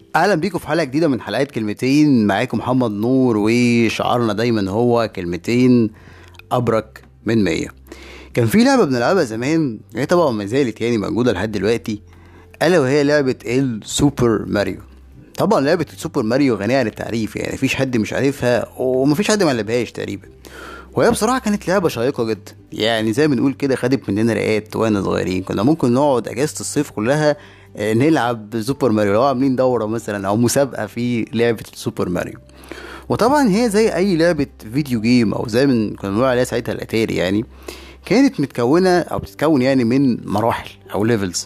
اهلا بيكم في حلقه جديده من حلقات كلمتين. معاكم محمد نور، وشعارنا دايما هو كلمتين ابرك من 100. كان في لعبه بنلعبها زمان، هي طبعا ما زالت يعني موجوده لحد دلوقتي، الا وهي لعبه السوبر ماريو. طبعا لعبه السوبر ماريو غنيه عن التعريف، يعني مفيش حد مش عارفها ومفيش حد ما لعبهاش تقريبا. وهي بصراحه كانت لعبه شيقه جدا، يعني زي ما بنقول كده خدت مننا رقات واحنا صغيرين. كنا ممكن نقعد اجازه الصيف كلها نلعب سوبر ماريو، لو عاملين دوره مثلا او مسابقه في لعبه السوبر ماريو. وطبعا هي زي اي لعبه فيديو جيم، او زي ما كنا بنقول عليها ساعتها الاتاري، يعني كانت متكونه او بتتكون يعني من مراحل او ليفلز.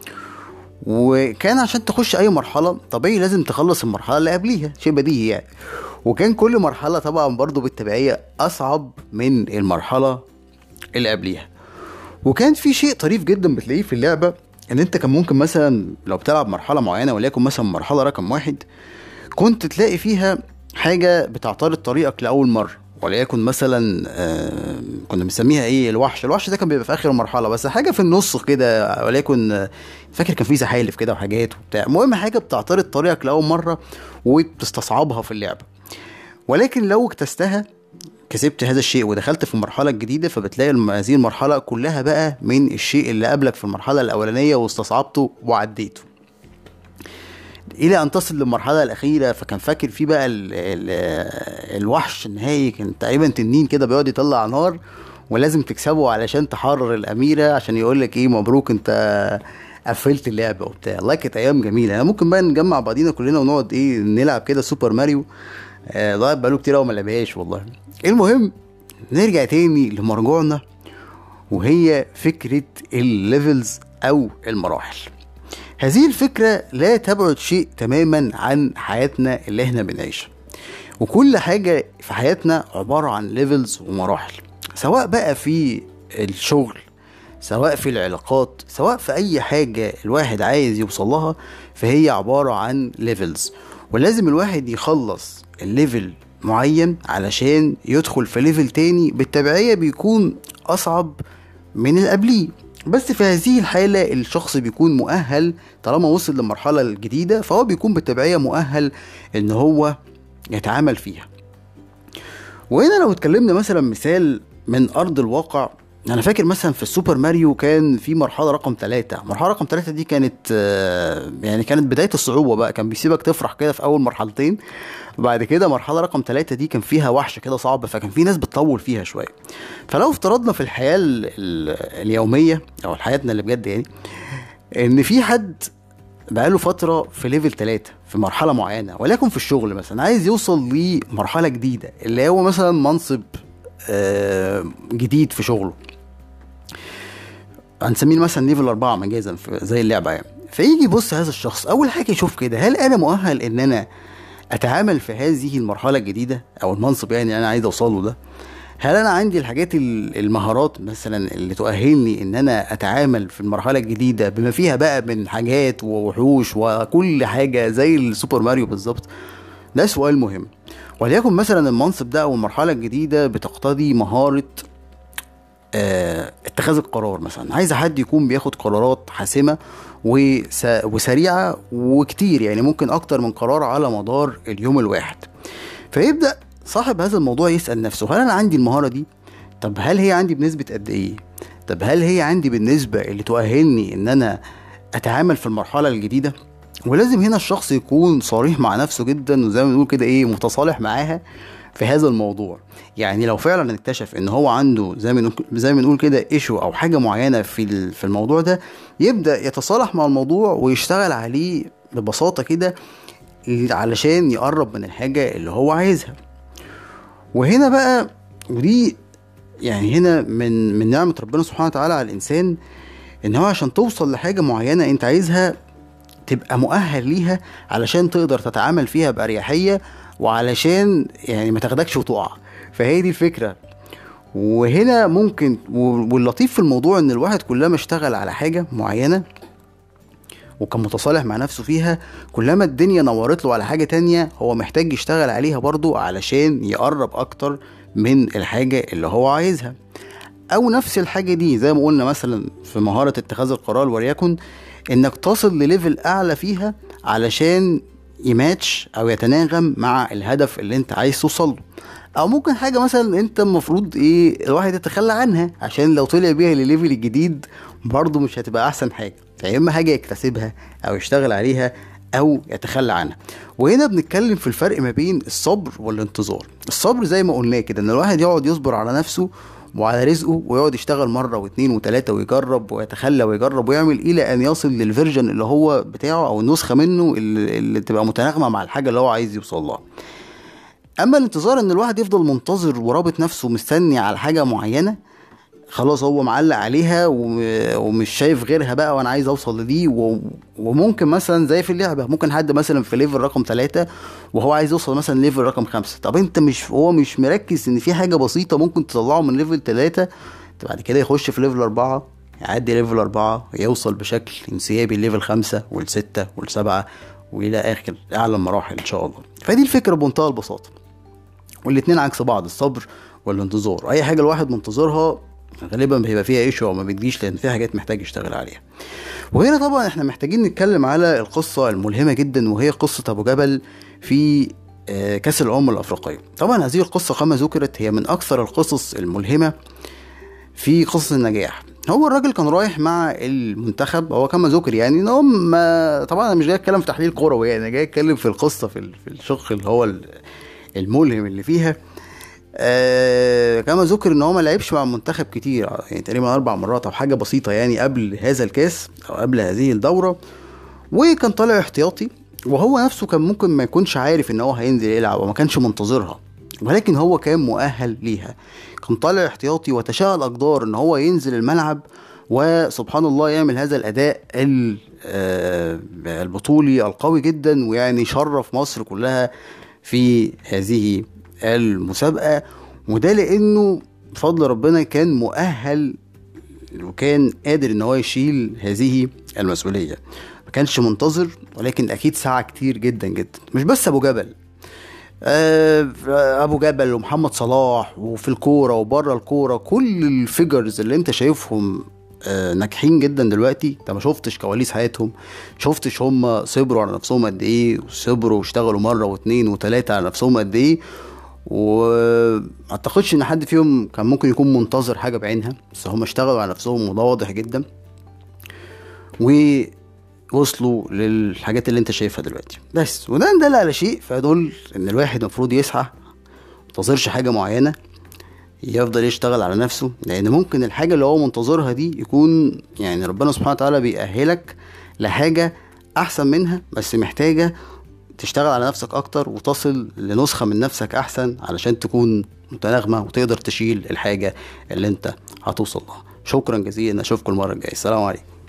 وكان عشان تخش اي مرحله طبيعي لازم تخلص المرحله اللي قبليها، شيء بديهي يعني. وكان كل مرحله طبعا برضو بالتبعيه اصعب من المرحله اللي قبليها. وكان في شيء طريف جدا بتلاقيه في اللعبه، ان انت كان ممكن مثلا لو بتلعب مرحله معينه وليكن مثلا مرحله رقم 1، كنت تلاقي فيها حاجه بتعترض طريقك لاول مره، وليكن مثلا كنا بنسميها ايه، الوحش ده كان بيبقى في اخر المرحله، بس حاجه في النص كده، وليكن فاكر كان في زحالف كده وحاجات وبتاع. المهم حاجه بتعترض طريقك لاول مره وبتستصعبها في اللعبه. ولكن لو اكتستها، كسبت هذا الشيء ودخلت في المرحلة الجديدة، فبتلاقي هذه المرحلة كلها بقى من الشيء اللي قبلك في المرحلة الأولانية واستصعبته وعديته إلى أن تصل للمرحلة الأخيرة. فكان فاكر فيه بقى الوحش النهائي، كان تقريبا تنين كده بيقعد يطلع نار، ولازم تكسبه علشان تحرر الأميرة، عشان يقولك إيه، مبروك أنت قفلت اللعبة وبتاع. والله كانت أيام جميلة. يعني ممكن بقى نجمع بعضينا كلنا ونقعد إيه نلعب كده سوبر ماريو. ضايع بقاله كتير أوي ما لعبهاش والله. المهم نرجع تاني لمرجوعنا، وهي فكرة الليفلز أو المراحل. هذه الفكرة لا تبعد شيء تماما عن حياتنا اللي احنا بنعيشها، وكل حاجة في حياتنا عبارة عن ليفلز ومراحل، سواء بقى في الشغل، سواء في العلاقات، سواء في أي حاجة الواحد عايز يوصلها، فهي عبارة عن ليفلز. ولازم الواحد يخلص الليفل معين علشان يدخل في ليفل تاني، بالتبعية بيكون أصعب من اللي قبليه. بس في هذه الحالة الشخص بيكون مؤهل، طالما وصل للمرحلة الجديدة فهو بيكون بالتبعية مؤهل إن هو يتعامل فيها. وهنا لو اتكلمنا مثلا مثال من أرض الواقع، انا فاكر مثلا في السوبر ماريو كان في مرحله رقم 3. مرحله رقم 3 دي كانت يعني كانت بدايه الصعوبه بقى، كان بيسيبك تفرح كده في اول مرحلتين. وبعد كده مرحله رقم 3 دي كان فيها وحش كده صعب، فكان في ناس بتطول فيها شويه. فلو افترضنا في الحياه اليوميه او حياتنا اللي بجد، يعني ان في حد بقاله فتره في ليفل 3 في مرحله معينه، ولكن في الشغل مثلا عايز يوصل لمرحله جديده، اللي هو مثلا منصب جديد في شغله، هنسميه مثلا ليفل 4 مجازا زي اللعبه يعني. فيجي يبص هذا الشخص، اول حاجه يشوف كده، هل انا مؤهل ان انا اتعامل في هذه المرحله الجديده او المنصب يعني اللي انا عايز اوصله ده؟ هل انا عندي الحاجات المهارات مثلا اللي تؤهلني ان انا اتعامل في المرحله الجديده بما فيها بقى من حاجات ووحوش وكل حاجه زي السوبر ماريو بالظبط؟ ده سؤال مهم. وليكن مثلا المنصب ده او المرحله الجديده بتقتضي مهاره اتخاذ القرار. مثلا عايز حد يكون بياخد قرارات حاسمة وسريعة وكتير، يعني ممكن اكتر من قرار على مدار اليوم الواحد. فيبدأ صاحب هذا الموضوع يسأل نفسه، هل انا عندي المهارة دي؟ طب هل هي عندي بنسبة قد ايه؟ طب هل هي عندي بالنسبة اللي تؤهلني ان انا اتعامل في المرحلة الجديدة؟ ولازم هنا الشخص يكون صريح مع نفسه جدا، وزي ما بنقول كده ايه، متصالح معاها في هذا الموضوع. يعني لو فعلا اكتشف ان هو عنده زي ما نقول كده ايشو او حاجه معينه في الموضوع ده، يبدا يتصالح مع الموضوع ويشتغل عليه ببساطه كده علشان يقرب من الحاجه اللي هو عايزها. وهنا بقى، ودي يعني هنا من نعمه ربنا سبحانه وتعالى على الانسان، ان هو عشان توصل لحاجه معينه انت عايزها تبقى مؤهل ليها علشان تقدر تتعامل فيها بأريحية، وعلشان يعني ما تاخدكش وتقع. فهي دي الفكرة. وهنا ممكن، واللطيف في الموضوع ان الواحد كلما اشتغل على حاجة معينة وكان متصالح مع نفسه فيها، كلما الدنيا نورت له على حاجة تانية هو محتاج يشتغل عليها برضو علشان يقرب اكتر من الحاجة اللي هو عايزها. او نفس الحاجة دي زي ما قلنا مثلا في مهارة اتخاذ القرار، وليكن انك تصل لليفل اعلى فيها علشان يماتش او يتناغم مع الهدف اللي انت عايز توصله، او ممكن حاجه مثلا انت المفروض الواحد يتخلى عنها عشان لو طلع بيها لليفل الجديد برضه مش هتبقى احسن حاجه، فيا اما حاجه يكتسبها او يشتغل عليها او يتخلى عنها. وهنا بنتكلم في الفرق ما بين الصبر والانتظار. الصبر زي ما قلنا كده ان الواحد يقعد يصبر على نفسه وعلى رزقه، ويقعد يشتغل مرة واثنين وثلاثة ويجرب ويتخلى ويجرب ويعمل الى ان يصل للفيرجن اللي هو بتاعه او النسخة منه اللي تبقى متناغمة مع الحاجة اللي هو عايز يوصل لها. اما الانتظار ان الواحد يفضل منتظر ورابط نفسه مستني على حاجة معينة، خلاص هو معلق عليها ومش شايف غيرها بقى وانا عايز اوصل لدي وممكن مثلا زي في اللعبة ممكن حد مثلا في ليفل رقم 3 وهو عايز يوصل مثلا ليفل رقم 5. طب انت هو مش مركز ان في حاجة بسيطة ممكن تطلعه من ليفل 3 بعد كده يخش في ليفل 4 يعدي ليفل 4 يوصل بشكل انسيابي ليفل 5 وال6 وال7 والى اخر اعلى مراحل ان شاء الله. فدي الفكرة بمنتهى البساطة، والاتنين عكس بعض الصبر والانتظار. اي حاجة الواحد منتظرها غالبا بيبقى فيها ايشو او ما بتجيش لان فيها حاجات محتاج يشتغل عليها. وهنا طبعا احنا محتاجين نتكلم على القصة الملهمة جدا وهي قصة ابو جبل في كاس الامم الافريقية. طبعا هذه القصة كما ذكرت هي من اكثر القصص الملهمة في قصص النجاح. هو الراجل كان رايح مع المنتخب، هو كما ذكر يعني ان هم طبعا انا مش جاي اتكلم في تحليل كروي، يعني جاي اتكلم في القصة في الشق اللي هو الملهم اللي فيها. كما ذكر ان هو ما لعبش مع المنتخب كتير، يعني تقريبا 4 مرات او حاجه بسيطه يعني قبل هذا الكاس او قبل هذه الدوره، وكان طالع احتياطي وهو نفسه كان ممكن ما يكونش عارف ان هو هينزل يلعب وما كانش منتظرها، ولكن هو كان مؤهل ليها. كان طالع احتياطي وتشاء الاقدار ان هو ينزل الملعب وسبحان الله يعمل هذا الاداء البطولي القوي جدا، ويعني شرف مصر كلها في هذه المسابقة. وده لانه بفضل ربنا كان مؤهل وكان قادر ان هو يشيل هذه المسؤولية، ما كانش منتظر ولكن اكيد سعى كتير جدا جدا. مش بس ابو جبل، ابو جبل ومحمد صلاح وفي الكورة وبره الكورة كل الفيجرز اللي انت شايفهم ناجحين جدا دلوقتي. انت ما شفتش كواليس حياتهم، شفتش هم صبروا على نفسهم قد ايه وصبروا واشتغلوا مرة واثنين وثلاثة على نفسهم قد ايه، واعتقدش ان حد فيهم كان ممكن يكون منتظر حاجة بعينها، بس هم اشتغلوا على نفسهم وده واضح جدا ووصلوا للحاجات اللي انت شايفها دلوقتي. بس وده دل على شيء فيدل ان الواحد مفروض يسعى، منتظرش حاجة معينة، يفضل يشتغل على نفسه، لان ممكن الحاجة اللي هو منتظرها دي يكون يعني ربنا سبحانه وتعالى بيأهلك لحاجة احسن منها، بس محتاجة تشتغل على نفسك اكتر وتصل لنسخة من نفسك احسن علشان تكون متناغمة وتقدر تشيل الحاجة اللي انت هتوصل لها. شكرا جزيلا، اشوفكم المرة الجاية، السلام عليكم.